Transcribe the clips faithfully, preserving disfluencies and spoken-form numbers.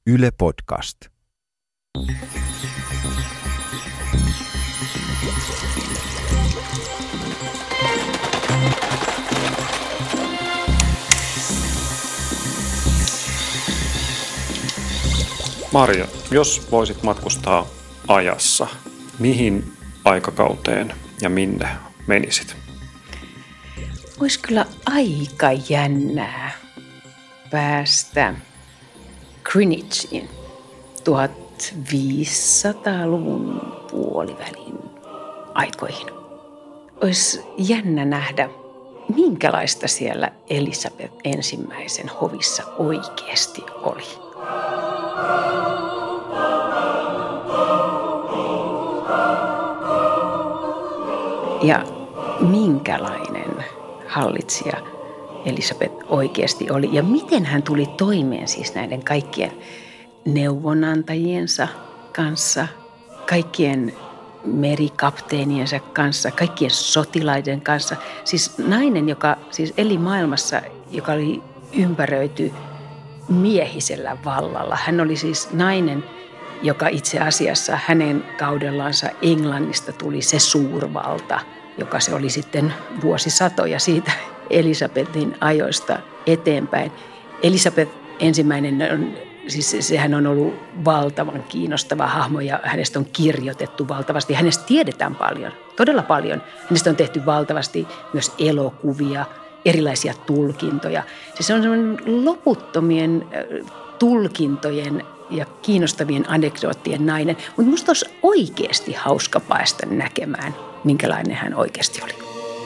Yle Podcast. Marja, jos voisit matkustaa ajassa, mihin aikakauteen ja minne menisit? Olisi kyllä aika jännää päästä Greenwichiin tuhatviisisataaluvun puolivälin aikoihin. Olisi jännä nähdä, minkälaista siellä Elisabeth ensimmäisen hovissa oikeasti oli. Ja minkälainen hallitsija Elisabeth oikeasti oli ja miten hän tuli toimeen siis näiden kaikkien neuvonantajiensa kanssa, kaikkien merikapteeniensa kanssa, kaikkien sotilaiden kanssa. Siis nainen, joka siis eli maailmassa, joka oli ympäröity miehisellä vallalla. Hän oli siis nainen, joka itse asiassa hänen kaudellansa Englannista tuli se suurvalta, joka se oli sitten vuosisatoja siitä Elisabetin ajoista eteenpäin. Elisabeth ensimmäinen, on, siis sehän on ollut valtavan kiinnostava hahmo ja hänestä on kirjoitettu valtavasti. Hänestä tiedetään paljon, todella paljon. Hänestä on tehty valtavasti myös elokuvia, erilaisia tulkintoja. Siis se on semmoinen loputtomien tulkintojen ja kiinnostavien anekdoottien nainen. Mutta musta olisi oikeasti hauska päästä näkemään, minkälainen hän oikeasti oli.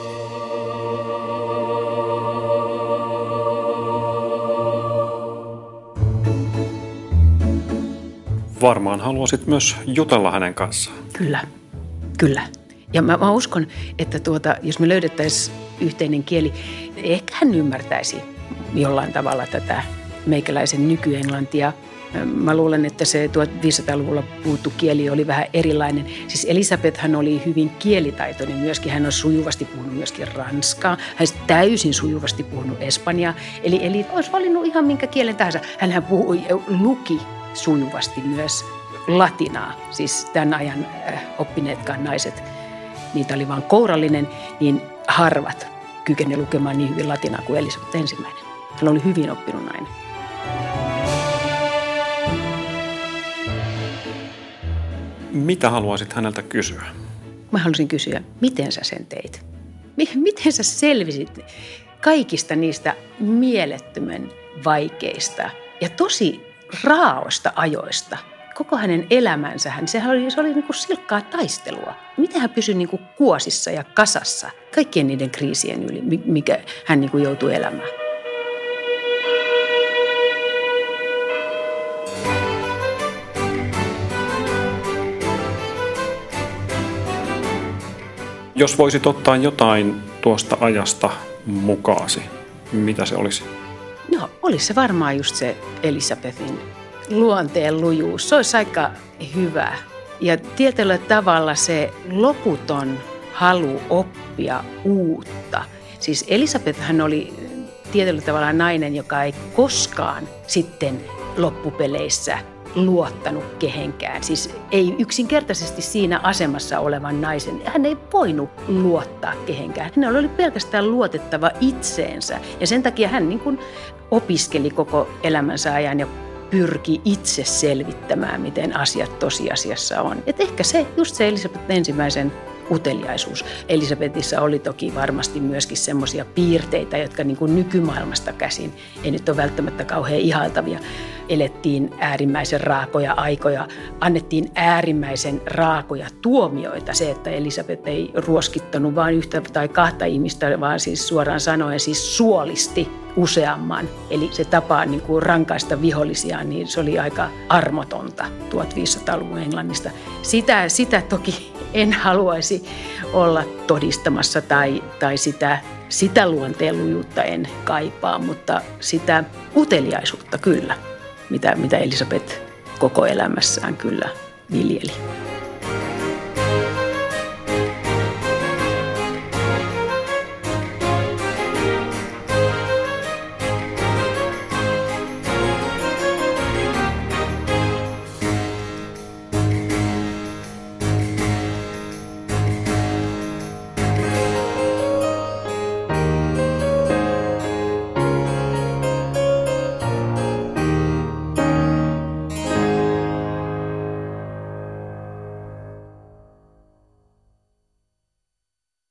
Varmaan haluaisit myös jutella hänen kanssaan. Kyllä, kyllä. Ja mä, mä uskon, että tuota, jos me löydettäisiin yhteinen kieli, ehkä hän ymmärtäisi jollain tavalla tätä meikäläisen nykyenglantia. Mä luulen, että se tuhatviisisataaluvulla puhuttu kieli oli vähän erilainen. Siis Elisabeth hän oli hyvin kielitaitoinen myöskin. Hän on sujuvasti puhunut myöskin ranskaa. Hän olisi täysin sujuvasti puhunut espanjaa. Eli, eli olisi valinnut ihan minkä kielen tahansa. Hänhän puhui, luki sujuvasti myös latinaa. Siis tämän ajan oppineetkaan naiset, niitä oli vain kourallinen, niin harvat kykene lukemaan niin hyvin latinaa kuin Elisabeth ensimmäinen. Hän oli hyvin oppinut nainen. Mitä haluaisit häneltä kysyä? Mä haluaisin kysyä, miten sä sen teit? Miten sä selvisit kaikista niistä mielettömän vaikeista ja tosi raaoista ajoista? Koko hänen elämänsähän, sehän oli, se oli niin kuin silkkaa taistelua. Miten hän pysyi niin kuin kuosissa ja kasassa kaikkien niiden kriisien yli, mikä hän niin kuin joutui elämään? Jos voisit ottaa jotain tuosta ajasta mukaasi, mitä se olisi? No, olisi se varmaan just se Elisabetin luonteen lujuus. Se olisi aika hyvä. Ja tietyllä tavalla se loputon halu oppia uutta. Siis Elisabethän oli tietyllä tavalla nainen, joka ei koskaan sitten loppupeleissä luottanut kehenkään. Siis ei yksinkertaisesti siinä asemassa olevan naisen. Hän ei voinut luottaa kehenkään. Hän oli pelkästään luotettava itseensä. Ja sen takia hän niin kuin opiskeli koko elämänsä ajan ja pyrki itse selvittämään, miten asiat tosiasiassa on. Et ehkä se, just se Elisabeth ensimmäisen uteliaisuus. Elisabetissa oli toki varmasti myöskin semmoisia piirteitä, jotka niin kuin nykymaailmasta käsin ei nyt ole välttämättä kauhean ihailtavia. Elettiin äärimmäisen raakoja aikoja, annettiin äärimmäisen raakoja tuomioita. Se, että Elisabeth ei ruoskittanut vain yhtä tai kahta ihmistä, vaan siis suoraan sanoen siis suolisti useamman. Eli se tapa niin kuin rankaista vihollisiaan, niin se oli aika armotonta tuhatviisisataaluvun Englannista. Sitä, sitä toki en haluaisi olla todistamassa tai, tai sitä, sitä luonteenlujuutta en kaipaa, mutta sitä uteliaisuutta kyllä, mitä, mitä Elisabeth koko elämässään kyllä viljeli.